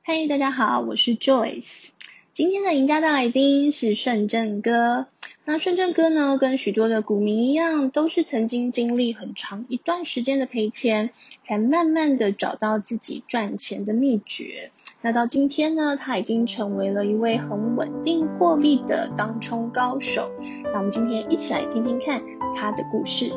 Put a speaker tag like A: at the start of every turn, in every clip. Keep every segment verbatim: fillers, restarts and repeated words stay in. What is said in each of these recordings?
A: 嘿，大家好，我是 Joyce。今天的赢家大来宾是顺正哥。那顺正哥呢，跟许多的股民一样，都是曾经经历很长一段时间的赔钱，才慢慢的找到自己赚钱的秘诀。那到今天呢，他已经成为了一位很稳定获利的当冲高手。那我们今天一起来听听看他的故事。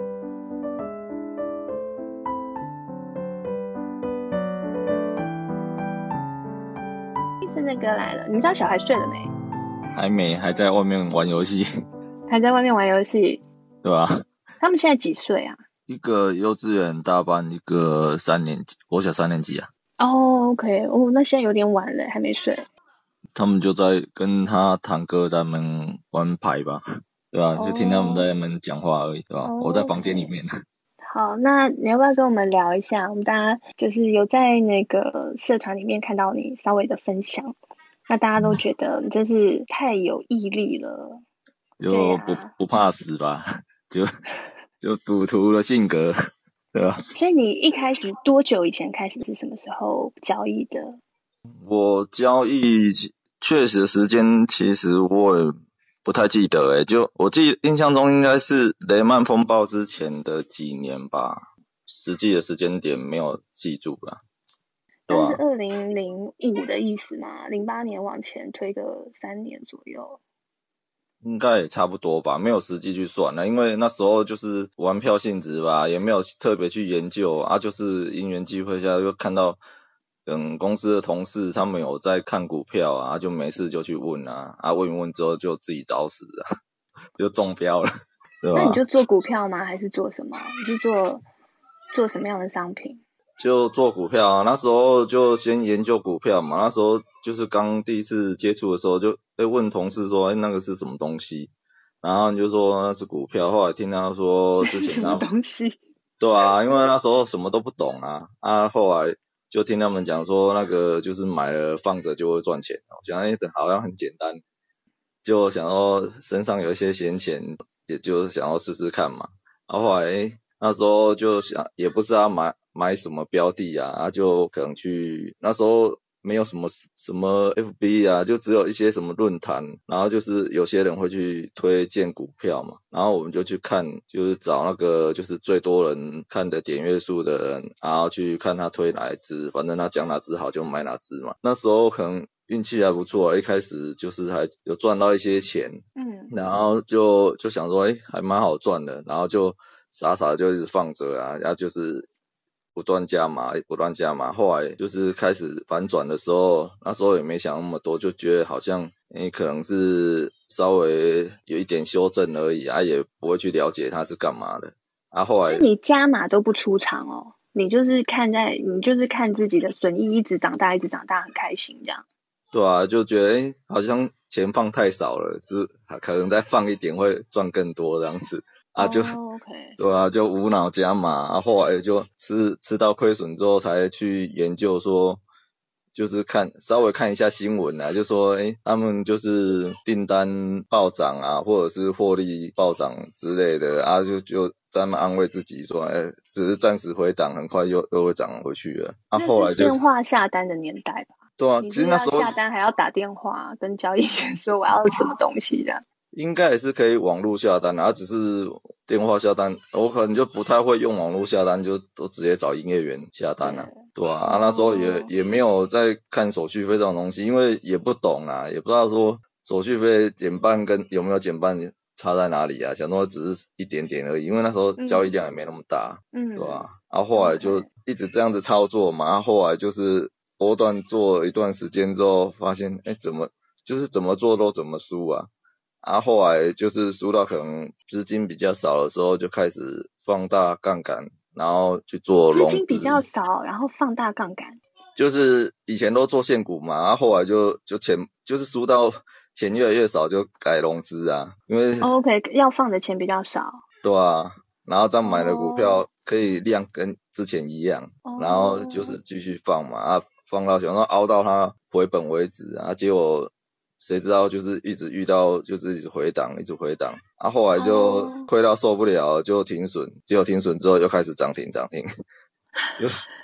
A: 顺正哥来了，你们家小孩睡了没？
B: 还没，还在外面玩游戏。
A: 还在外面玩游戏？
B: 对吧？
A: 他们现在几岁啊？
B: 一个幼稚园大班，一个三年级，国小三年级啊。
A: 哦、OK， 哦，那现在有点晚了，还没睡。
B: 他们就在跟他堂哥在那边玩牌吧，对吧？
A: 哦、
B: 就听他们在那边讲话而已，对吧？
A: 哦、
B: 我在房间里面。
A: 好，那你要不要跟我们聊一下？我们大家就是有在那个社团里面看到你稍微的分享，那大家都觉得你真是太有毅力了，
B: 就不、
A: 啊、
B: 不怕死吧，就就赌徒的性格，对吧？
A: 所以你一开始多久以前开始是什么时候交易的？
B: 我交易确实时间其实我也不太记得诶，就我记印象中应该是雷曼风暴之前的几年吧，实际的时间点没有记住啦。对
A: 但是
B: 啊，
A: 二零零五的意思嘛，零八年往前推个三年左右。
B: 应该也差不多吧，没有实际去算了，因为那时候就是玩票性质吧，也没有特别去研究啊，就是因缘际会下又看到嗯公司的同事他们有在看股票啊，就没事就去问啊，啊问一问之后就自己找死啊，就中标了，对吧？
A: 那你就做股票吗？还是做什么？你是做做什么样的商品？
B: 就做股票啊，那时候就先研究股票嘛，那时候就是刚第一次接触的时候就会问同事说，哎，那个是什么东西？然后你就说那是股票，后来听他说之前
A: 什么东西？
B: 对啊，因为那时候什么都不懂啊，啊后来就听他们讲说那个就是买了放着就会赚钱，我想哎好像很简单，就想要身上有一些闲钱，也就想要试试看嘛，啊后来那时候就想也不知道买买什么标的啊，啊就可能去那时候没有什么什么 F B 啊，就只有一些什么论坛，然后就是有些人会去推荐股票嘛，然后我们就去看，就是找那个就是最多人看的点阅数的人，然后去看他推哪一支，反正他讲哪支好就买哪支嘛。那时候可能运气还不错，一开始就是还有赚到一些钱，
A: 嗯，
B: 然后就就想说，哎，还蛮好赚的，然后就傻傻就一直放着啊，然后就是不断加码，不断加码。后来就是开始反转的时候，那时候也没想那么多，就觉得好像诶可能是稍微有一点修正而已啊，也不会去了解它是干嘛的。啊，后来
A: 所以你加码都不出场哦，你就是看在你就是看自己的损益一直长大，一直长大，很开心这样。
B: 对啊，就觉得诶好像钱放太少了，就是可能再放一点会赚更多这样子。啊就、
A: 哦 OK，
B: 对啊，就无脑加码，啊后来就吃吃到亏损之后才去研究说，就是看稍微看一下新闻啊，就说诶他们就是订单暴涨啊，或者是获利暴涨之类的啊，就就在那安慰自己说，诶只是暂时回档，很快又又会涨回去了。啊
A: 那
B: 后来就是
A: 是电话下单的年代吧？
B: 对啊，
A: 你是要
B: 其实那时候
A: 下单还要打电话跟交易员说我要什么东西的？
B: 应该也是可以网络下单啊，只是电话下单，我可能就不太会用网络下单，就都直接找营业员下单啊，对啊，啊那时候也也没有在看手续费这种东西，因为也不懂啊，也不知道说手续费减半跟有没有减半差在哪里啊，想说只是一点点而已，因为那时候交易量也没那么大，
A: 嗯，
B: 对吧？啊后来就一直这样子操作嘛，啊后来就是波段做一段时间之后，发现哎怎么就是怎么做都怎么输啊。啊，后来就是输到可能资金比较少的时候，就开始放大杠杆，然后去做融资。
A: 资金比较少，然后放大杠杆。
B: 就是以前都做现股嘛，然后后来就就钱就是输到钱越来越少，就改融资啊，因为、
A: 哦、OK 要放的钱比较少。
B: 对啊，然后这样买的股
A: 哦
B: 票可以量跟之前一样，
A: 哦，
B: 然后就是继续放嘛，啊放到想说凹到它回本为止啊，结果谁知道就是一直遇到就是一直回档，一直回档，啊后来就亏到受不了，就停损，结果停损之后又开始涨停涨停，就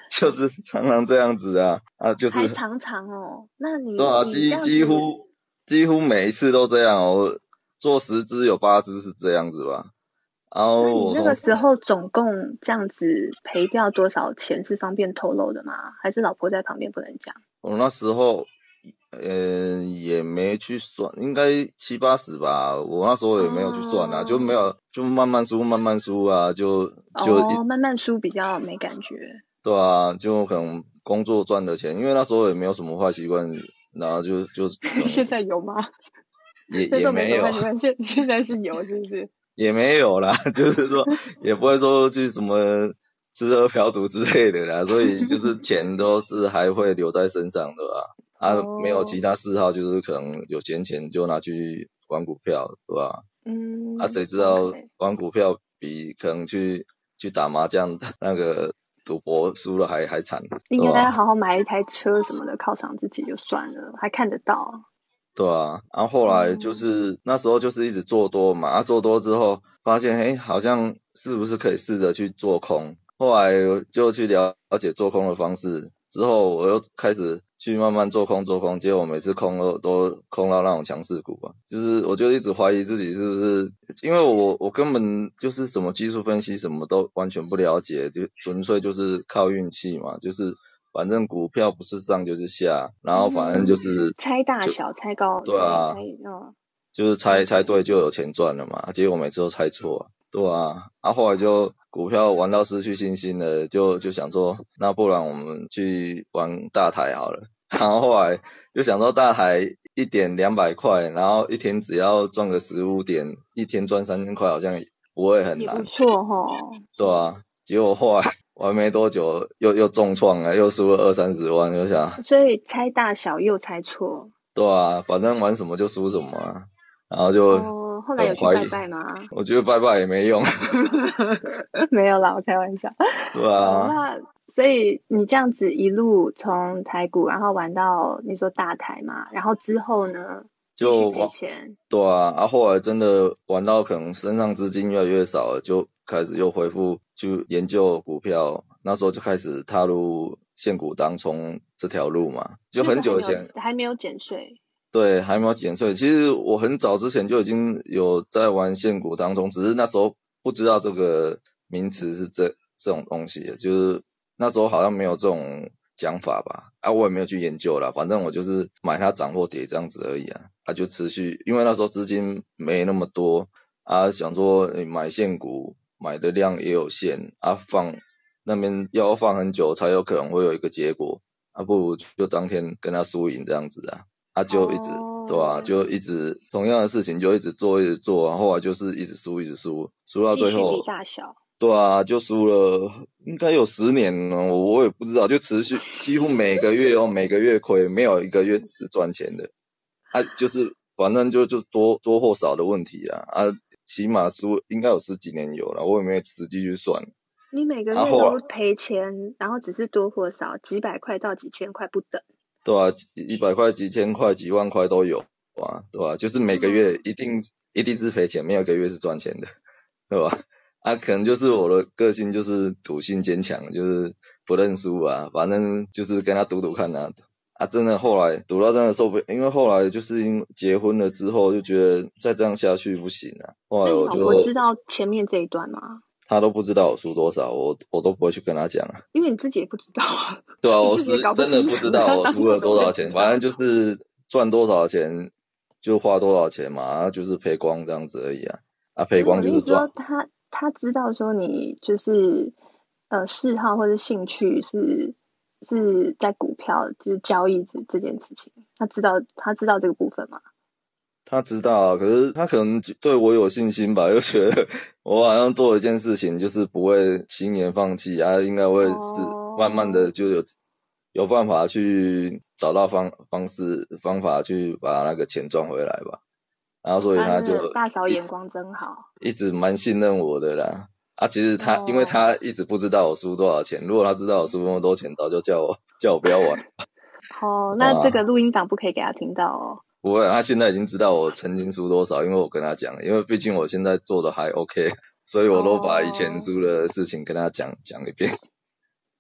B: 就是常常这样子啊啊，就是
A: 还常常哦。那你
B: 对啊，
A: 你这
B: 几
A: 样子
B: 几乎几乎每一次都这样哦，做十支有八支是这样子吧。然
A: 那
B: 后我同
A: 你那个时候总共这样子赔掉多少钱是方便透露的吗？还是老婆在旁边不能讲？
B: 我那时候呃也没去算，应该七八十吧。我那时候也没有去算啊，就没
A: 哦
B: 有就慢慢输慢慢输啊，就就一
A: 哦，慢慢输比较没感觉。
B: 对啊，就可能工作赚的钱，因为那时候也没有什么坏习惯，然后就就可能
A: 现在有吗？
B: 也
A: 那时候没
B: 也没有
A: 什么坏习惯，现现在是有，是不是？
B: 也没有啦，就是说也不会说去什么吃喝嫖赌之类的啦，所以就是钱都是还会留在身上的吧。啊，没有其
A: 哦，
B: 他嗜好，就是可能有闲钱就拿去玩股票，对吧？啊，
A: 嗯
B: 谁知道
A: ，OK。
B: 玩股票比可能去去打麻将那个赌博输了还还惨，
A: 应
B: 对吧？
A: 该好好买一台车什么的犒赏自己就算了，还看得到。
B: 对啊，然后后来就
A: 哦，
B: 是那时候就是一直做多嘛，啊做多之后发现，诶好像是不是可以试着去做空，后来就去了解做空的方式，之后我又开始去慢慢做空做空，结果每次空都都空到那种强势股啊，就是我就一直怀疑自己是不是，因为我我根本就是什么技术分析什么都完全不了解，就纯粹就是靠运气嘛，就是反正股票不是上就是下，然后反正就
A: 嗯，
B: 是
A: 猜大
B: 就
A: 小，猜高，
B: 对啊，
A: 猜猜，嗯
B: 就是猜猜
A: ，OK。
B: 对就有钱赚了嘛，结果每次都猜错啊，对啊，啊后来就股票玩到失去信心了，就就想说，那不然我们去玩大台好了，然后后来就想说大台一点两百块，然后一天只要赚个十五点，一天赚三千块好像不会很
A: 也不
B: 难，
A: 错哈。
B: 对啊，结果后来玩没多久又又重创了，又输了二三十万，就想，
A: 所以猜大小又猜错。
B: 对啊，反正玩什么就输什么啊，然后就
A: 哦，后来有去拜
B: 很怀疑。
A: 拜吗？
B: 我觉得拜拜也没用，
A: 没有啦，我开玩笑。
B: 对
A: 哦，
B: 啊，
A: 那所以你这样子一路从台股，然后玩到你说大台嘛，然后之后呢，继续赔
B: 就玩，
A: 钱。
B: 对啊，啊后来真的玩到可能身上资金越来越少了，就开始又恢复去研究股票，那时候就开始踏入现股当冲这条路嘛，就很
A: 那时候还没有
B: 久以前，
A: 还没有减税。
B: 对，还没有减税。其实我很早之前就已经有在玩现股当中，只是那时候不知道这个名词是这这种东西，就是那时候好像没有这种讲法吧。啊，我也没有去研究啦，反正我就是买它涨或跌这样子而已啊。啊，就持续，因为那时候资金没那么多啊，想说诶买现股买的量也有限啊，放那边要放很久才有可能会有一个结果，啊，不如就当天跟他输赢这样子啊。他就一直对吧、啊，
A: 哦，
B: 就一直同样的事情就一直做一直做，然后后来就是一直输一直输，输到
A: 记取比
B: 最后，
A: 大小。
B: 对啊，就输了应该有十年了，我我也不知道，就持续几乎每个月哦每个月亏，没有一个月是赚钱的，啊就是反正就就多多或少的问题啦，啊起码输应该有十几年有了，我也没有实际去算，
A: 你每个
B: 然后后来
A: 月都赔钱，然后只是多或少，几百块到几千块不等。
B: 对啊，一百块、几千块、几万块都有啊，对吧、啊？就是每个月
A: 嗯，
B: 一定一定是赔钱，没有一个月是赚钱的，对吧？啊，可能就是我的个性就是赌性坚强，就是不认输啊，反正就是跟他赌赌看啊。啊，真的后来赌到真的受不了，因为后来就是因结婚了之后就觉得再这样下去不行啊，后来
A: 那你
B: 我就
A: 老婆知道前面这一段吗？
B: 他都不知道我输多少，我我都不会去跟他讲啊。
A: 因为你自己也不知道啊，
B: 对啊，
A: 你
B: 我
A: 自己也搞不
B: 是真的
A: 清楚，
B: 不知道
A: 他
B: 我输了
A: 当初怎么
B: 多少钱，
A: 会知道？
B: 反正就是赚多少钱就花多少钱嘛，啊就是赔光这样子而已啊。啊，赔
A: 不是我
B: 光就是赚。
A: 的意思说，他他知道说你就是呃嗜好或者兴趣是是在股票就是交易这这件事情，他知道他知道这个部分吗？
B: 他知道啊，可是他可能对我有信心吧，就觉得我好像做一件事情就是不会轻言放弃啊，应该会是慢慢的
A: 哦，
B: 就有有办法去找到方方式方法去把那个钱赚回来吧。然后所以
A: 他
B: 他就
A: 真的大嫂
B: 一
A: 眼光真好。
B: 一直蛮信任我的啦。啊，其实他因为
A: 哦，
B: 他一直不知道我输多少钱，如果他知道我输那么多钱，早就叫我叫我不要玩
A: 好，那这个
B: 啊。
A: 录音档不可以给他听到哦。
B: 不会，他现在已经知道我曾经输多少，因为我跟他讲了，因为毕竟我现在做的还 OK，所以我都把以前
A: 哦，
B: 输的事情跟他讲讲一遍。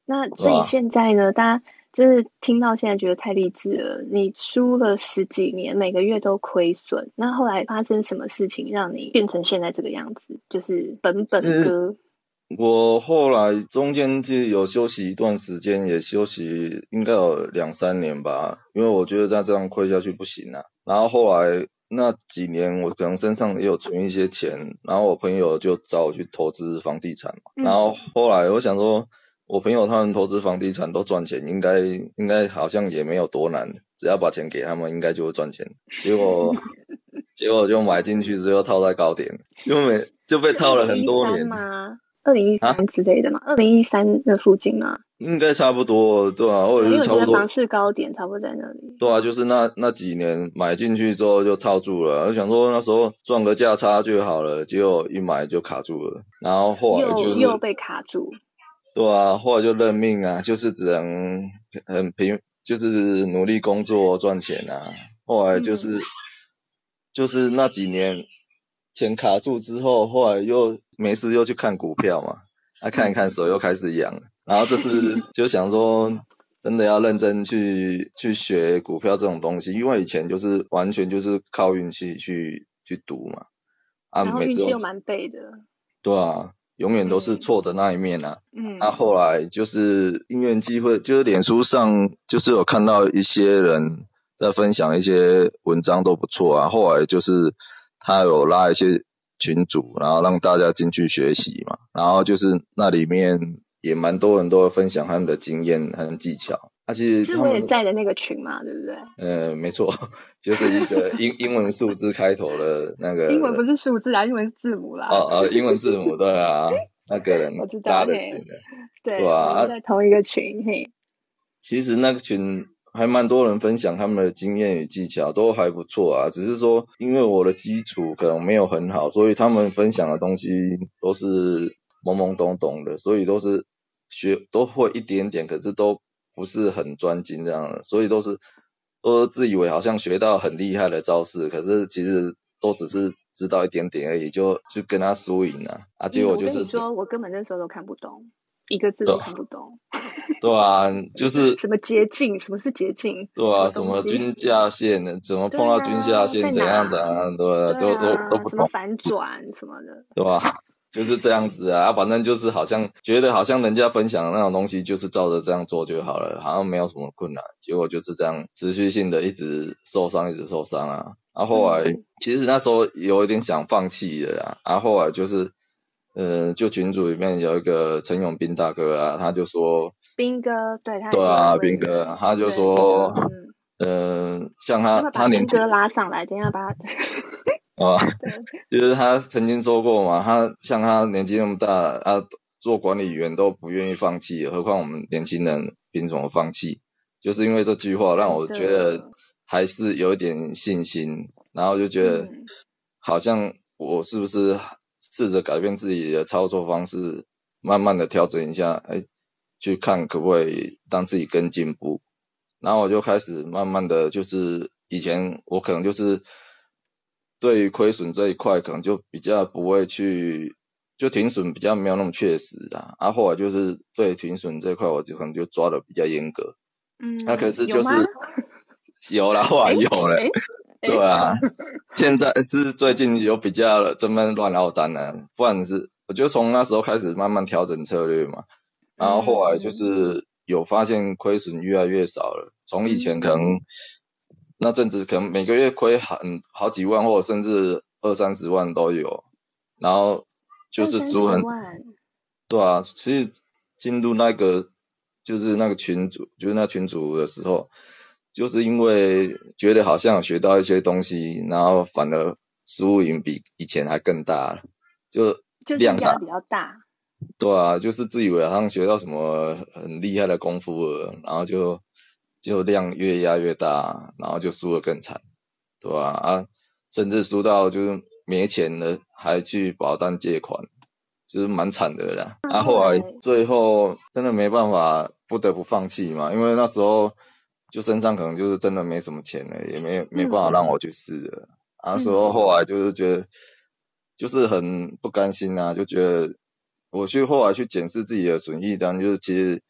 A: 那所以现在呢，大家真是听到现在觉得太励志了。你输了十几年，每个月都亏损，那后来发生什么事情让你变成现在这个样子？就是本本哥。
B: 我后来中间就有休息一段时间，也休息应该有两三年吧，因为我觉得再这样亏下去不行啊。然后后来那几年我可能身上也有存一些钱，然后我朋友就找我去投资房地产嘛。嗯、然后后来我想说，我朋友他们投资房地产都赚钱，应该应该好像也没有多难，只要把钱给他们，应该就会赚钱。结果结果就买进去之后套在高点，就没就被套了很多年
A: 吗？二零一三之类的嘛，二零一三那附近嘛，
B: 应该差不多，对啊，或者是差不多。
A: 房市高点差不多在那里。
B: 对啊，就是那那几年买进去之后就套住了，我想说那时候赚个价差就好了，结果一买就卡住了，然后后来就是、
A: 又又被卡住。
B: 对啊，后来就认命啊，就是只能很平，就是努力工作赚钱啊。后来就是、嗯、就是那几年钱卡住之后，后来又没事又去看股票嘛，啊看一看手又开始痒，然后这次就想说真的要认真去去学股票这种东西，因为以前就是完全就是靠运气去去赌嘛，
A: 啊然后运气又蛮背的。
B: 对啊。永远都是错的那一面啊。嗯。那、啊、后来就是因缘机会，就是脸书上就是有看到一些人在分享一些文章都不错啊。后来就是他有拉一些群组，然后让大家进去学习嘛。然后就是那里面也蛮多人都会分享他们的经验和技巧。啊、其实他们
A: 是我也在的那个群嘛，对不对？
B: 呃，没错，就是一个英英文数字开头的那个。
A: 英文不是数字啊，英文是字母啦。
B: 哦哦，英文字母对啊，那个人拉的群的，
A: 对，
B: 对吧？
A: 我们在同一个群嘿。
B: 其实那个群还蛮多人分享他们的经验与技巧，都还不错啊。只是说，因为我的基础可能没有很好，所以他们分享的东西都是懵懵懂懂的，所以都是学都会一点点，可是都不是很专精这样的，所以都是都自以为好像学到很厉害的招式，可是其实都只是知道一点点而已，就就跟他输赢了啊。结果就是、
A: 嗯、我跟你说，我根本那时候都看不懂，一个字都看不懂。
B: 对啊，就是
A: 什么捷径？什么是捷径？
B: 对啊，什么均价线呢？怎么碰到均价线？
A: 啊、
B: 怎样怎样？对啊，都都都不懂。
A: 什么反转什么的，
B: 对吧？就是这样子啊，反正就是好像觉得好像人家分享的那种东西，就是照着这样做就好了，好像没有什么困难。结果就是这样持续性的一直受伤，一直受伤啊。然后后来、嗯、其实那时候有一点想放弃的啦，然後後來就是呃，就群组里面有一个陈永斌大哥啊，他就说，
A: 斌哥，对他
B: 对啊，斌哥，他就说，嗯、呃，像他他年
A: 纪，斌哥拉上来，等一下把他。
B: 啊，就是他曾经说过嘛，他像他年纪那么大啊，做管理员都不愿意放弃，何况我们年轻人凭什么放弃？就是因为这句话让我觉得还是有一点信心，然后就觉得好像我是不是试着改变自己的操作方式，慢慢的调整一下，哎，去看可不可以让自己更进步。然后我就开始慢慢的就是以前我可能就是对于亏损这一块可能就比较不会去，就停损比较没有那么确实啊。啊，后来就是对停损这一块我就可能就抓的比较严格。嗯，那、啊、可是就是有啦，后来有了。欸欸对啊，现在是最近有比较这么乱凹单了，不然是我就从那时候开始慢慢调整策略嘛，然后后来就是有发现亏损越来越少了，从以前可能那阵子可能每个月亏很好几万或者甚至二三十万都有，然后就是输很，对啊，其实进入那个就是那个群组，就是那群组的时候。就是因为觉得好像有学到一些东西，然后反而输赢比以前还更大了，就量大
A: 比较大。
B: 对啊，就是自以为好像学到什么很厉害的功夫了，然后就就量越压越大，然后就输得更惨，对吧？啊，甚至输到就是没钱了，还去保单借款，就是蛮惨的啦。啊，后来最后真的没办法，不得不放弃嘛，因为那时候。就身上可能就是真的没什么钱了，也没没办法让我去试了。然后说后来就是觉得就是很不甘心啊，就觉得我去后来去检视自己的损益单，就是其实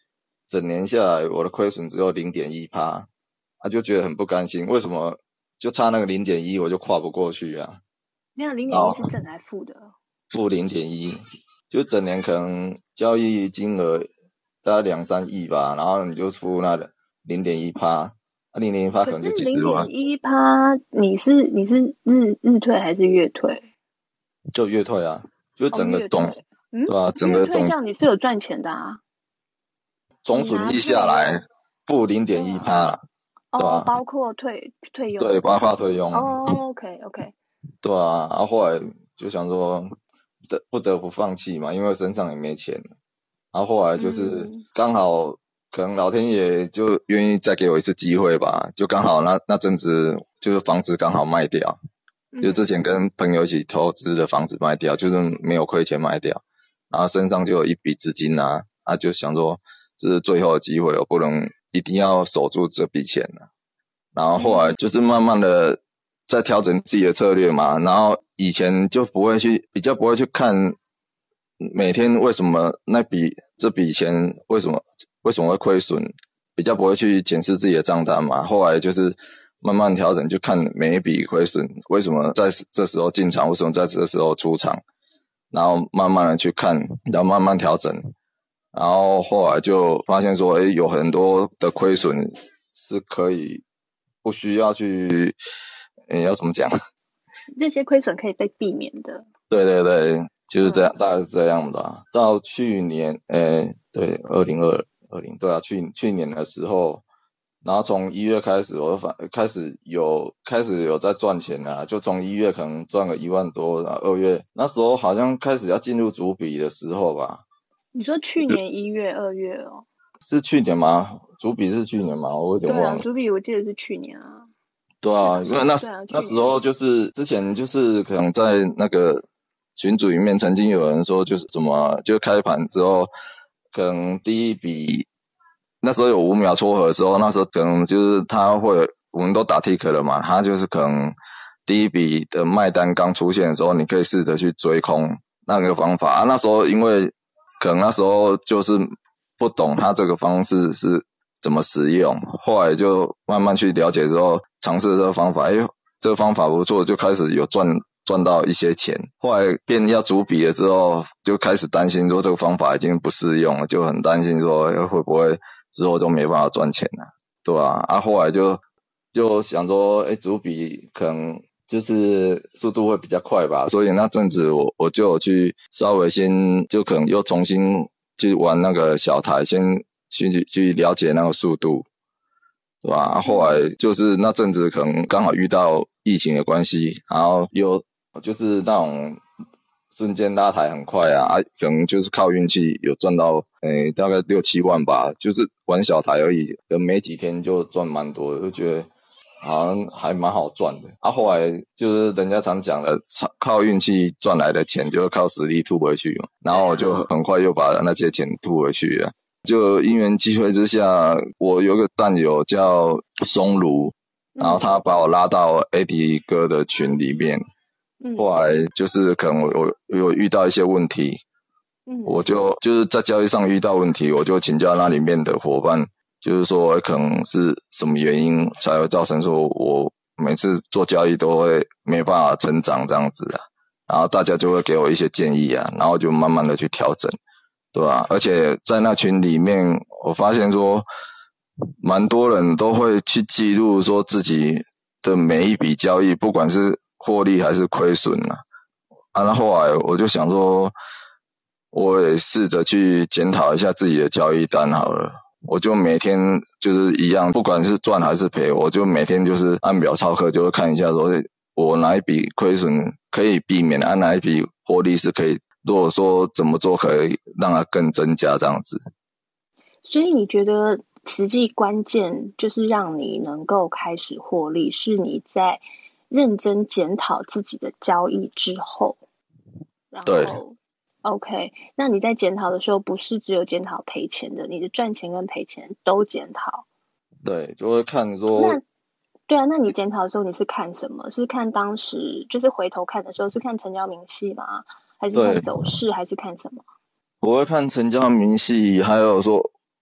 B: 整年下来我的亏损只有 零点一趴， 啊就觉得很不甘心，为什么就差那个 零点一 我就跨不过去啊？
A: 那 零点一 是正还负的？
B: 负 零点一， 就整年可能交易金额大概两三亿吧，然后你就付那 零点一趴， 那 零点一趴 可能就几十万。
A: 可是 零点一趴 你是你是日日退还是月退？
B: 就月退啊，就整个总、哦
A: 嗯、
B: 对啊，整个总
A: 月退这样你是有赚钱的啊。
B: 总损益下来负 零点一趴 啦，对吧、
A: 哦，包括退退用。
B: 对，包括退用。
A: 哦 ，OK OK。
B: 对啊，然后后来就想说得不得不放弃嘛，因为身上也没钱。然后后来就是刚好、嗯、可能老天爷就愿意再给我一次机会吧，就刚好那那阵子就是房子刚好卖掉。就之前跟朋友一起投资的房子卖掉，就是没有亏钱卖掉，然后身上就有一笔资金啊，啊就想说这是最后的机会，我不能一定要守住这笔钱啊。然后后来就是慢慢的在调整自己的策略嘛，然后以前就不会去比较不会去看每天为什么那笔这笔钱为什么为什么会亏损，比较不会去检视自己的账单嘛。后来就是慢慢调整，就看每一笔亏损为什么在这时候进场，为什么在这时候出场，然后慢慢的去看，然后慢慢调整，然后后来就发现说，诶，有很多的亏损是可以不需要去，诶，要怎么讲？
A: 这些亏损可以被避免的。对
B: 对对，就是这样，嗯、大概是这样的、啊。到去年，诶，对，二零二零，对啊，去去年的时候。然后从一月开始，我反开始有开始有在赚钱啊，就从一月可能赚个一万多，然后二月那时候好像开始要进入主笔的时候吧。
A: 你说去年一月、二月哦？
B: 是去年吗？主笔是去年吗？我有点忘了。
A: 对啊，主笔我记得是去年啊。
B: 对啊，因为那、啊、那时候就是之前就是可能在那个群组里面曾经有人说，就是什么就开盘之后，可能第一笔。那时候有五秒撮合的时候，那时候可能就是他会，我们都打 tick 了嘛，他就是可能第一笔的卖单刚出现的时候，你可以试着去追空那个方法啊。那时候因为可能那时候就是不懂他这个方式是怎么使用，后来就慢慢去了解之后，尝试这个方法，哎，这个方法不错，就开始有赚赚到一些钱。后来变要主笔了之后，就开始担心说这个方法已经不适用了，就很担心说会不会之后就没办法赚钱了，对吧？啊，后来就就想说，诶，主笔可能就是速度会比较快吧，所以那阵子我我就有去稍微先就可能又重新去玩那个小台，先去去了解那个速度，对吧？啊，后来就是那阵子可能刚好遇到疫情的关系，然后又就是那种瞬间拉抬很快啊，啊，可能就是靠运气有赚到，诶，大概六七万吧，就是玩小台而已，没几天就赚蛮多的，就觉得好像还蛮好赚的。啊，后来就是人家常讲的，靠运气赚来的钱就是靠实力吐回去嘛，然后我就很快又把那些钱吐回去了。就因缘机会之下，我有个战友叫松如，然后他把我拉到 A D 哥的群里面。后来就是可能我我有遇到一些问题，嗯，我就就是在交易上遇到问题，我就请教那里面的伙伴，就是说可能是什么原因才会造成说我每次做交易都会没办法成长这样子啊，然后大家就会给我一些建议啊，然后就慢慢的去调整，对吧？而且在那群里面，我发现说蛮多人都会去记录说自己的每一笔交易，不管是获利还是亏损啊，啊，那后来我就想说，我也试着去检讨一下自己的交易单好了，我就每天就是一样，不管是赚还是赔，我就每天就是按表操课，就会看一下说，我哪一笔亏损可以避免，按哪一笔获利是可以，如果说怎么做可以让它更增加这样子。
A: 所以你觉得实际关键就是让你能够开始获利，是你在认真检讨自己的交易之后，然后 OK， 那你在检讨的时候不是只有检讨赔钱的，你的赚钱跟赔钱都检讨。
B: 对，就会看说
A: 那对啊，那你检讨的时候你是看什么？是看当时就是回头看的时候是看成交明细吗？还是看走势还是看什么？
B: 我会看成交明细，还有说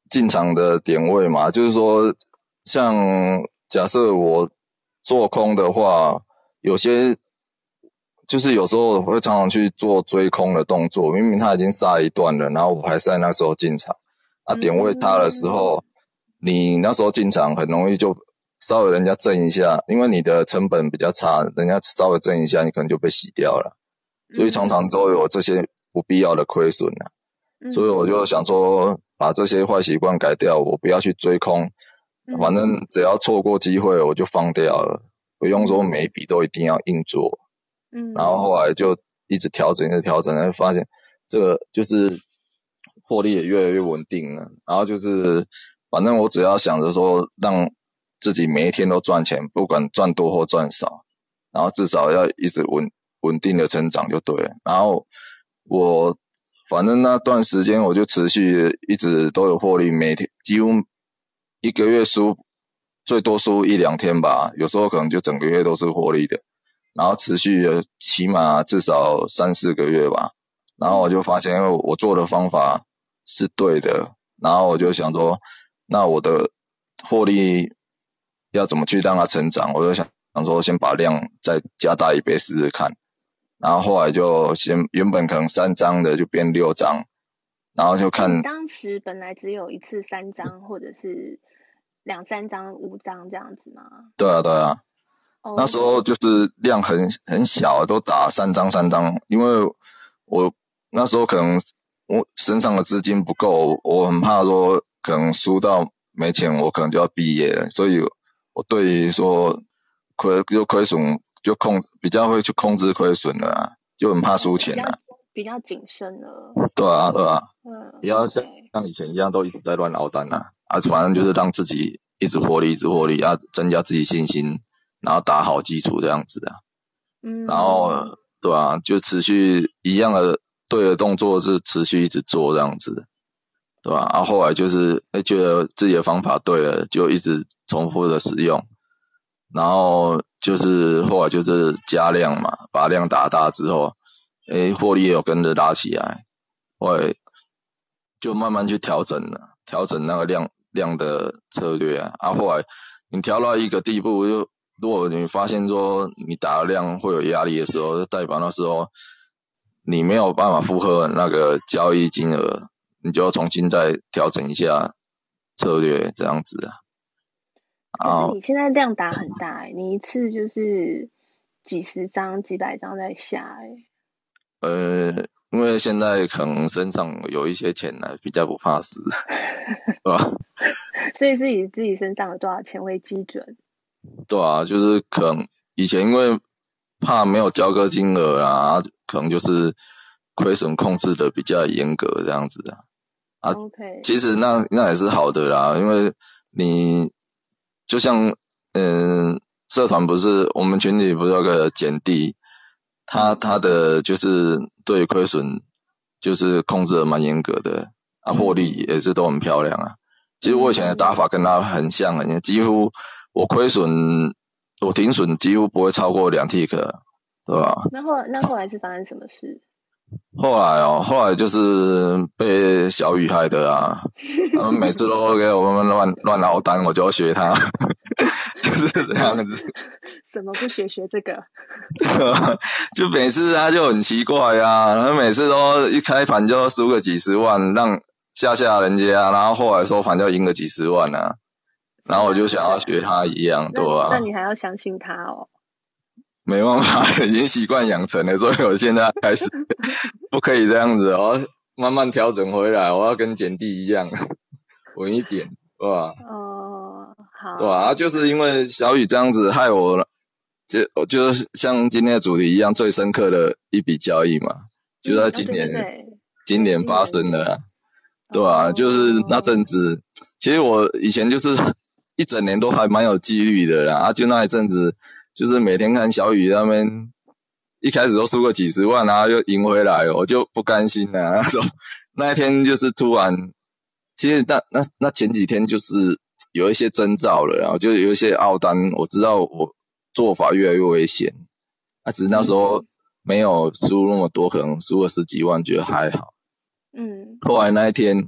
B: 进场的点位嘛，就是说像假设我做空的话，有些就是有时候我会常常去做追空的动作，明明他已经杀一段了，然后我还是在那时候进场，啊点位差的时候，你那时候进场很容易就稍微人家震一下，因为你的成本比较差，人家稍微震一下，你可能就被洗掉了，所以常常都有这些不必要的亏损啊。所以我就想说把这些坏习惯改掉，我不要去追空，反正只要错过机会我就放掉了，不用说每一笔都一定要硬做。嗯，然后后来就一直调整一直调整，才发现这个就是获利也越来越稳定了。然后就是反正我只要想着说让自己每一天都赚钱，不管赚多或赚少，然后至少要一直稳稳定的成长就对了。然后我反正那段时间我就持续一直都有获利，每天几乎一个月输最多输一两天吧，有时候可能就整个月都是获利的，然后持续了起码至少三四个月吧。然后我就发现我做的方法是对的，然后我就想说那我的获利要怎么去让它成长，我就想想说先把量再加大一倍试试看。然后后来就先原本可能三张的就变六张，然后就看。
A: 你当时本来只有一次三张或者是两三张五张这样子吗？
B: 对啊对啊， oh, 那时候就是量很很小，都打三张三张，因为我那时候可能我身上的资金不够，我很怕说可能输到没钱，我可能就要毕业了，所以我对于说亏就亏损就控比较会去控制亏损了啊，就很怕输钱啊，
A: 比较谨慎了。
B: 对啊对啊，嗯，不要像像以前一样都一直在乱熬单啊，啊反正就是让自己一直获利一直获利，要增加自己信心，然后打好基础这样子啊，嗯，然后对啊，就持续一样的对的动作是持续一直做这样子，对吧？然后后来就是诶觉得自己的方法对了，就一直重复的使用，然后就是后来就是加量嘛，把量打大之后，诶获利也有跟着拉起来，后来就慢慢去调整了，调整那个量量的策略啊，啊后来你调到一个地步，就如果你发现说你打的量会有压力的时候，就代表那时候你没有办法负荷那个交易金额，你就要重新再调整一下策略这样子啊。
A: 可是你现在量打很大欸，你一次就是几十张几百张在下欸。
B: 呃因为现在可能身上有一些钱呢，比较不怕死，对吧？
A: 所以是以自己身上有多少钱为基准？
B: 对啊，就是可能以前因为怕没有交割金额啊，可能就是亏损控制的比较严格这样子啊。啊， okay. 其实那那也是好的啦，因为你就像嗯、呃，社团不是我们群里不是有个简弟，他他的就是对亏损就是控制的蛮严格的啊，获利也是都很漂亮啊。其实我以前的打法跟他很像，很像，几乎我亏损我停损几乎不会超过两 tick， 对吧？
A: 那后来那后来是发生什么事？
B: 后来哦，后来就是被小雨害的啊，他们每次都给我们乱乱熬单，我就要学他，就是这样子。
A: 什么不学学这个？
B: 就每次他就很奇怪啊，他每次都一开盘就输个几十万，让吓吓人家，然后后来收盘就赢个几十万啊，然后我就想要学他一样，对吧？
A: 那你还要相信他哦。
B: 没办法，已经习惯养成了，所以我现在开始不可以这样子，我要慢慢调整回来，我要跟简弟一样稳一点，对吧？
A: 哦，好，
B: 对吧？啊，就是因为小雨这样子害我了，就就是像今天的主题一样，最深刻的一笔交易嘛，就在今年，
A: 嗯哦、对对对
B: 今年发生的、啊，对吧？哦、就是那阵子，其实我以前就是一整年都还蛮有纪律的啦，啊，就那一阵子。就是每天看小雨他们一开始都输个几十万，然后又赢回来，我就不甘心了。那时候那一天就是突然，其实那那那前几天就是有一些征兆了，然后就有一些凹单，我知道我做法越来越危险。啊，只是那时候没有输那么多，可能输了十几万，觉得还好。嗯。后来那一天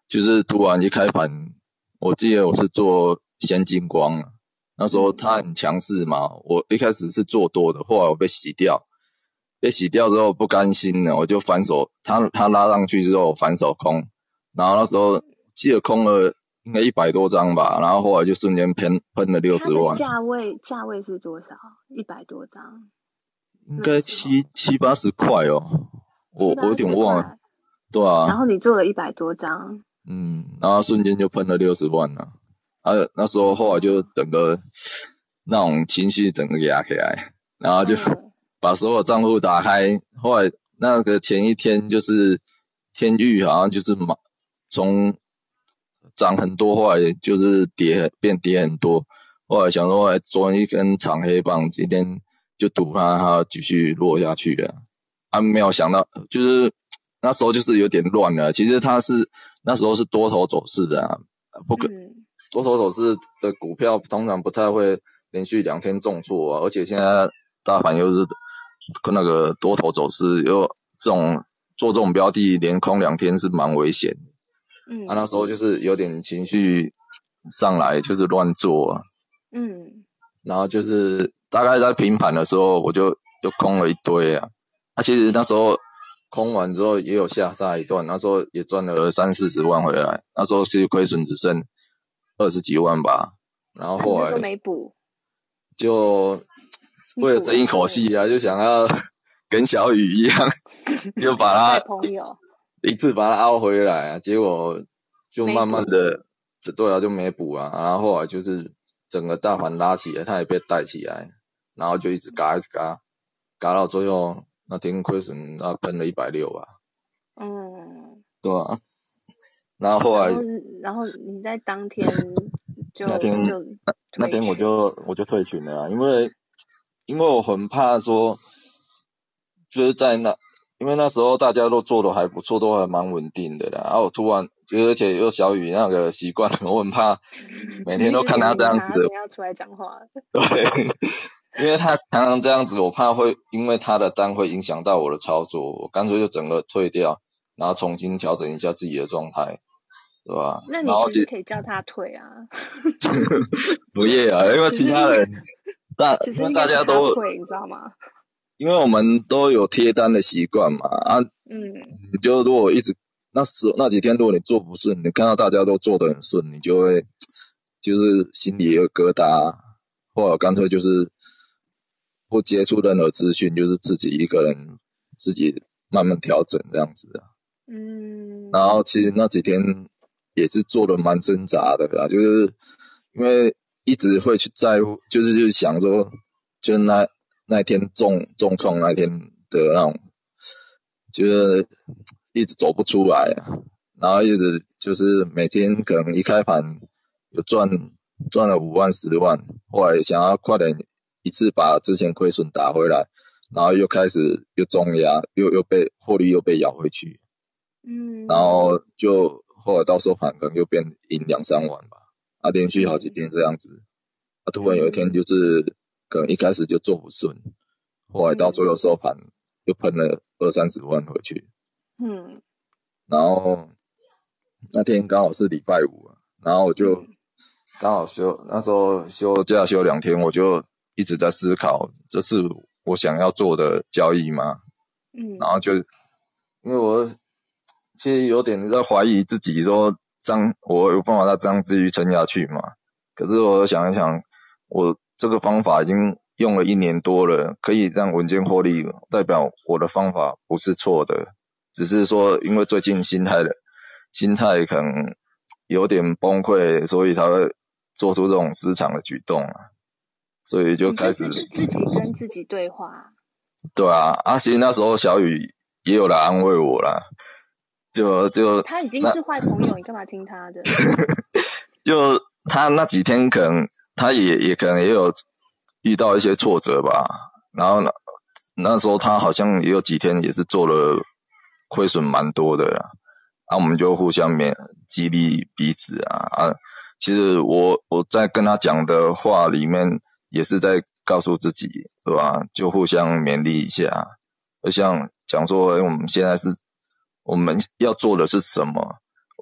B: 就是突然一开盘，我记得我是做先金光，那时候它很强势嘛，我一开始是做多的，后来我被洗掉，被洗掉之后不甘心了，我就反手，它它拉上去之后我反手空，然后那时候记得空了应该一百多张吧，然后后来就瞬间喷喷了六十万。
A: 价位价位是多少？一百多张？
B: 应该七七八十块哦，我我有点忘了。对啊。
A: 然后你做了一百多张。
B: 嗯，然后瞬间就喷了六十万了。啊，那时候后来就整个那种情绪整个压起来，然后就把所有账户打开。后来那个前一天就是天域好像就是从涨很多，后来就是跌变跌很多。后来想说，哎，昨天一根长黑棒，今天就赌它它继续落下去了。啊，没有想到，就是那时候就是有点乱了。其实它是那时候是多头走势的啊，不可、嗯、多头走势的股票通常不太会连续两天重挫啊，而且现在大盘又是那个多头走势，又这种做这种标的连空两天是蛮危险的。嗯，啊，那时候就是有点情绪上来，就是乱做啊。嗯，然后就是大概在平盘的时候，我就就空了一堆啊。啊，其实那时候空完之后也有下杀一段，那时候也赚了三四十万回来，那时候其实亏损只剩二十几万吧。然后后来
A: 没补，
B: 就为了争一口气啊，就想要跟小雨一样，就把它
A: 朋友
B: 一次把它凹回来啊。结果就慢慢的，对啊，就没补啊。然后后来就是整个大盘拉起来，它也被带起来，然后就一直嘎一直嘎，嘎到最后那天亏损那喷了一百六吧。嗯，对啊。然后后来，
A: 然后, 然后你在当天就
B: 那天就那那天我就我就退群了啊，因为因为我很怕说，就是在那，因为那时候大家都做的还不错，都还蛮稳定的啦。然后我突然，而且又小雨那个习惯，我很怕每天都看他这样子。
A: 你要出来讲话。
B: 对，因为他常常这样子，我怕会因为他的单会影响到我的操作，我干脆就整个退掉，然后重新调整一下自己的状态，对吧？
A: 那你其实可以叫他退啊。
B: 不要啊，因为其他人大，因为大家都
A: 退，你知道吗？
B: 因为我们都有贴单的习惯嘛，啊，嗯，你就如果一直那时那几天如果你做不顺，你看到大家都做得很顺，你就会就是心里有疙瘩，或者干脆就是不接触任何资讯，就是自己一个人自己慢慢调整这样子啊。嗯，然后其实那几天也是做得蛮挣扎的啦，就是因为一直会去在乎，就是就是想说，就那那天重重创那天的那种，就是一直走不出来啊，然后一直就是每天可能一开盘有赚赚了五万十万，后来想要快点一次把之前亏损打回来，然后又开始又重压，又又被获利又被咬回去，嗯，然后就后来到收盘可能又变赢两三万吧，啊，连续好几天这样子，啊，突然有一天就是可能一开始就做不顺，后来到最后收盘又喷了二三十万回去，嗯，然后那天刚好是礼拜五，然后我就刚好休，那时候休假休两天，我就一直在思考，这是我想要做的交易吗？嗯，然后就因为我其实有点在怀疑自己说，这样我有办法再这样继续撑下去吗？可是我想一想，我这个方法已经用了一年多了，可以让稳健获利，代表我的方法不是错的，只是说因为最近心态的心态可能有点崩溃，所以才会做出这种失常的举动啊，所以就开始
A: 自己跟自己对话。
B: 对啊，啊，其实那时候小雨也有来安慰我啦，就就
A: 他已经是坏朋友，你干嘛听他的？
B: 就他那几天可能他也也可能也有遇到一些挫折吧，然后呢那时候他好像也有几天也是做了亏损蛮多的啦，啊，我们就互相勉激励彼此啊啊，其实我我在跟他讲的话里面也是在告诉自己，对吧？就互相勉励一下，就像讲说，欸，我们现在是我们要做的是什么？我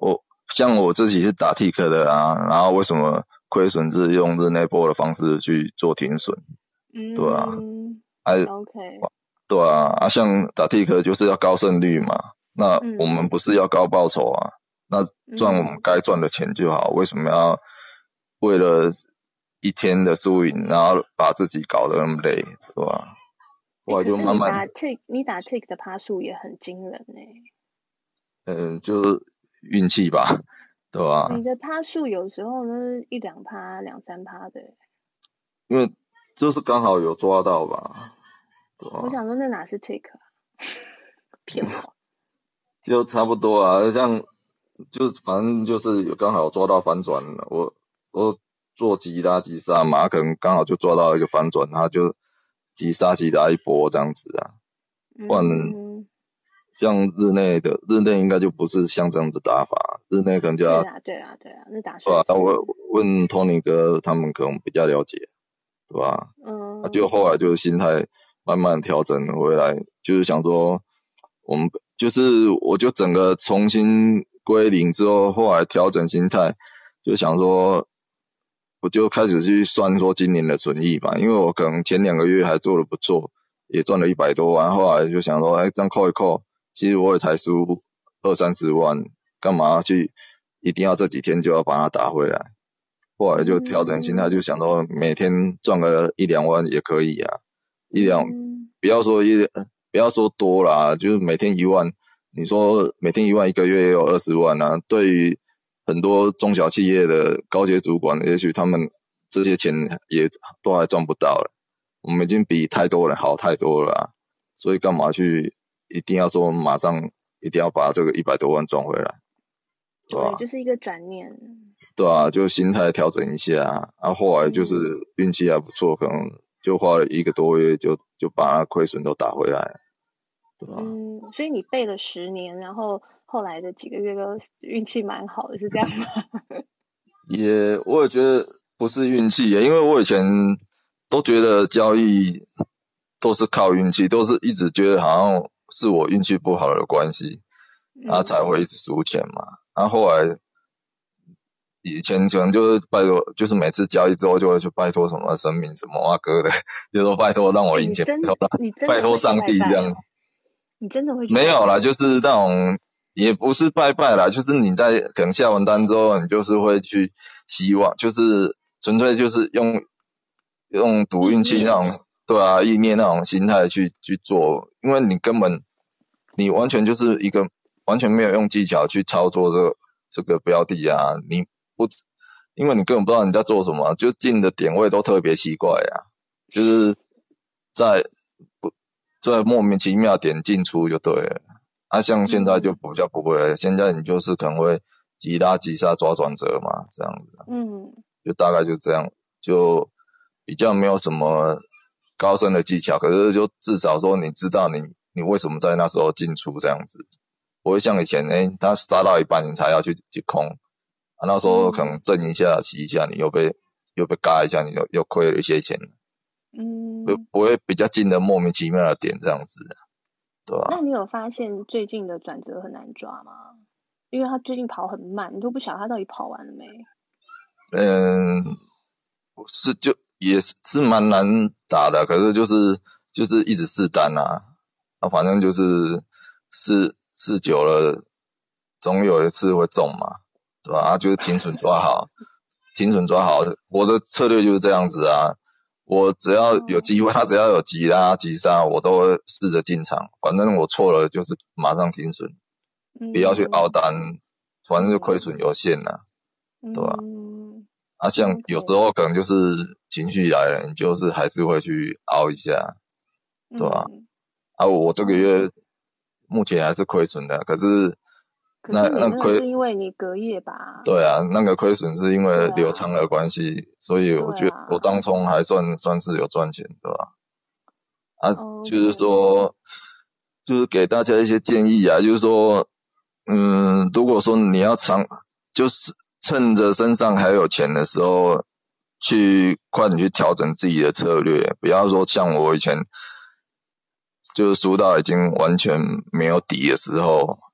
C: 像我自己是打 tick 的啊，然后为什么亏损是用日内波的方式去做停损，
A: 嗯，
C: 对啊，
A: 啊 ，OK，
C: 对啊，啊像打 tick 就是要高胜率嘛，那我们不是要高报酬啊，那赚我们该赚的钱就好，为什么要为了一天的输赢，然后把自己搞得那么累，对吧？
A: 欸、
C: 我就慢慢。
A: 可是你打 tick， 你打 tick 的趴数也很惊人哎、欸。
C: 嗯，就运气吧，对吧？
A: 你的趴数有时候呢一两趴、两三趴的、欸。
C: 因为就是刚好有抓到吧。对吧？
A: 我想说那哪是 tick 啊？骗我。
C: 就差不多啊，像就反正就是有刚好抓到反转，我我做急拉急杀嘛，可能刚好就抓到一个反转，他就急杀急拉一波这样子啊。不然像日内的日内应该就不是像这样子打法，日内可能就要
A: 对啊对啊对啊，那打
C: 对吧？那我问 Tony 哥他们可能比较了解，对吧？嗯，啊、就后来就心态慢慢调整回来，就是想说我们就是我就整个重新归零之后，后来调整心态，就想说我就开始去算说今年的损益嘛，因为我可能前两个月还做得不错，也赚了一百多万，后来就想说，哎，这样扣一扣，其实我也才输二三十万，干嘛去一定要这几天就要把它打回来？后来就调整心态，就想说每天赚个一两万也可以啊，一两不要说一不要说多啦，就是每天一万，你说每天一万，一个月也有二十万啊。对于很多中小企业的高阶主管，也许他们这些钱也都还赚不到了。我们已经比太多人好太多了啊，所以干嘛去一定要说马上一定要把这个一百多万赚回来，对吧？
A: 对，就是一个转念。
C: 对啊，就心态调整一下，啊，后来就是运气还不错，可能就花了一个多月就就把那亏损都打回来了，对吧？
A: 嗯，所以你背了十年，然后后来的几个月都运气蛮好的，是这样吗？
C: 也，我也觉得不是运气耶，因为我以前都觉得交易都是靠运气，都是一直觉得好像是我运气不好的关系，然后才会一直输钱嘛。然后后来以前可能就是拜托，就是每次交易之后就会去拜托什么神明什么啊哥的，就说拜托让我赢钱，拜托上帝这样。
A: 你真的会去
C: 拜拜？没有啦，就是那种也不是拜拜啦，就是你在可能下完单之后，你就是会去希望，就是纯粹就是用用赌运气那种，对啊，意念那种心态去去做，因为你根本你完全就是一个完全没有用技巧去操作这个这个标的啊，你不，因为你根本不知道你在做什么，就进的点位都特别奇怪啊，就是在不在莫名其妙点进出就对了。啊，像现在就比较不会，现在你就是可能会急拉急杀抓转折嘛，这样子。嗯，就大概就这样，就比较没有什么高深的技巧，可是就至少说你知道你你为什么在那时候进出这样子，不会像以前诶、欸，他杀到一半你才要去去空，啊，那时候可能震一下洗一下，你又被又被嘎一下，你又又亏了一些钱。嗯，不不会比较近的莫名其妙的点这样子。对吧？
A: 那你有发现最近的转折很难抓吗？因为他最近跑很慢，你都不晓得他到底跑完了没。
C: 嗯，是就也是蛮难打的，可是就是就是一直试单啊，啊反正就是试试久了，总有一次会中嘛，对吧？啊就是停损抓好，停损抓好，我的策略就是这样子啊。我只要有机会，他只要有急拉急杀，我都会试着进场。反正我错了就是马上停损，不要去凹单，反正就亏损有限啦，对吧？啊，像有时候可能就是情绪来了，你就是还是会去凹一下，对吧？啊，我这个月目前还是亏损的，可是
A: 那那亏是因为你隔夜吧？
C: 对啊，那个亏损是因为流仓的关系，所以我觉得我当冲还算算是有赚钱，对吧？啊，就是说，就是给大家一些建议啊，就是说，嗯，如果说你要长，就是趁着身上还有钱的时候，去快点去调整自己的策略，不要说像我以前，就是输到已经完全没有底的时候，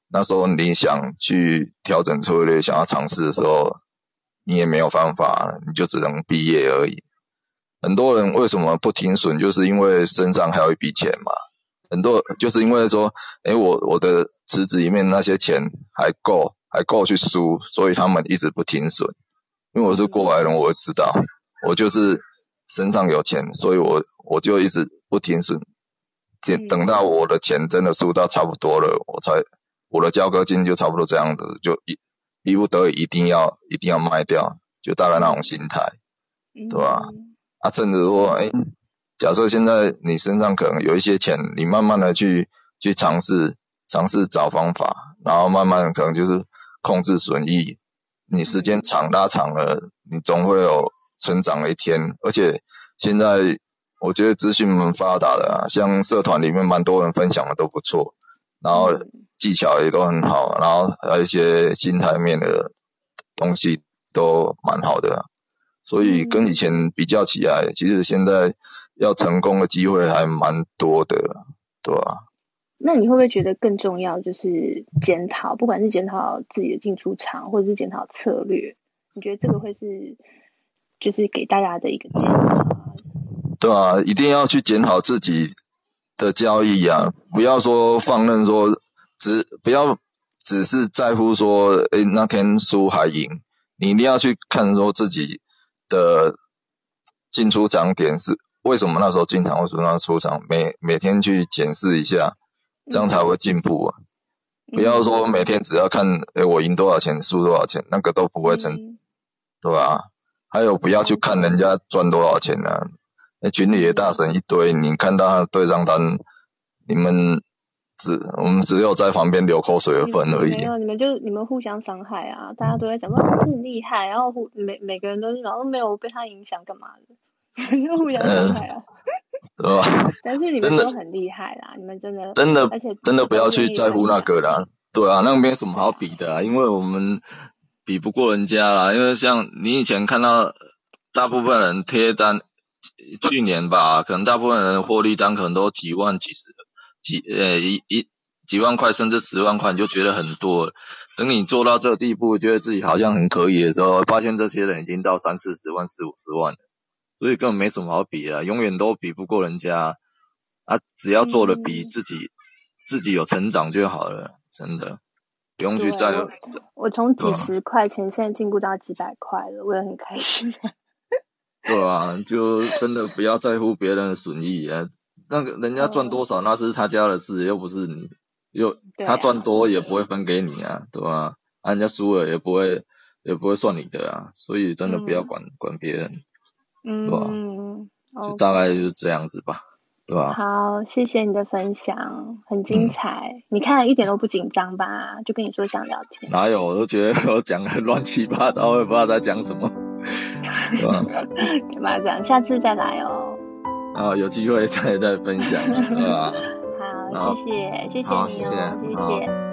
C: 那时候你想去调整策略，想要尝试的时候，你也没有方法，你就只能毕业而已。很多人为什么不停损，就是因为身上还有一笔钱嘛。很多就是因为说，诶，我我的池子里面那些钱还够，还够去输，所以他们一直不停损。因为我是过来人，我会知道，我就是身上有钱，所以我我就一直不停损。等到我的钱真的输到差不多了，我才我的交割金就差不多这样子，就一逼不得已一定要一定要卖掉，就大概那种心态，对吧？啊，甚至说，诶，假设现在你身上可能有一些钱，你慢慢的去去尝试尝试找方法，然后慢慢可能就是控制损益，你时间长拉长了，你总会有成长的一天。而且现在我觉得资讯蛮发达的啊，像社团里面蛮多人分享的都不错，然后技巧也都很好，然后还有一些心态面的东西都蛮好的啊。所以跟以前比较起来，其实现在要成功的机会还蛮多的，对吧？
A: 那你会不会觉得更重要就是检讨，不管是检讨自己的进出场，或者是检讨策略，你觉得这个会是就是给大家的一个建议？
C: 对啊，一定要去检讨自己的交易啊，不要说放任说只不要只是在乎说诶那天输还赢，你一定要去看说自己的进出场点是为什么那时候进场，为什么那时候出场，每每天去检视一下，这样才会进步啊。嗯、不要说每天只要看诶我赢多少钱输多少钱，那个都不会成、嗯、对吧？还有不要去看人家赚多少钱啊，那群里的大神一堆，你看到他的对账单，你们只我们只有在旁边流口水的份而已。
A: 没有，你们就你们互相伤害啊！大家都在讲说他是很厉害，然后互每每个人都是，然后没有被他影响干嘛的，就互相伤害啊，
C: 嗯、对吧？
A: 但是你们都很厉害啦，你们真的
C: 真的，
A: 而且
C: 真的不要去在乎那个啦。对啊，那个没什么好比的啊，因为我们比不过人家啦。因为像你以前看到大部分人贴单，去年吧，可能大部分人获利单可能都几万、几十、几呃一一几万块，甚至十万块，你就觉得很多了。等你做到这个地步，觉得自己好像很可以的时候，发现这些人已经到三四十万、四五十万了，所以根本没什么好比的，永远都比不过人家啊！只要做的比自己、嗯、自己有成长就好了，真的不用去在乎。
A: 我从几十块钱现在进步到几百块了，我也很开心。
C: 对啊，就真的不要在乎别人的损益啊，那个人家赚多少那是他家的事，又不是你，又他赚多也不会分给你啊，对吧？啊，人家输了也不会也不会算你的啊，所以真的不要管、嗯、管别人，对吧？
A: 嗯，
C: 就大概就是这样子吧，对吧？
A: 好，谢谢你的分享，很精彩。嗯、你看一点都不紧张吧？就跟你说想聊天。
C: 哪有？我都觉得我讲的乱七八糟，我也不知道在讲什么。对吧？
A: 干嘛这样？下次再来哦。
C: 啊，有机会再再分享，对吧？
A: 好，谢谢，谢谢你哦，谢谢。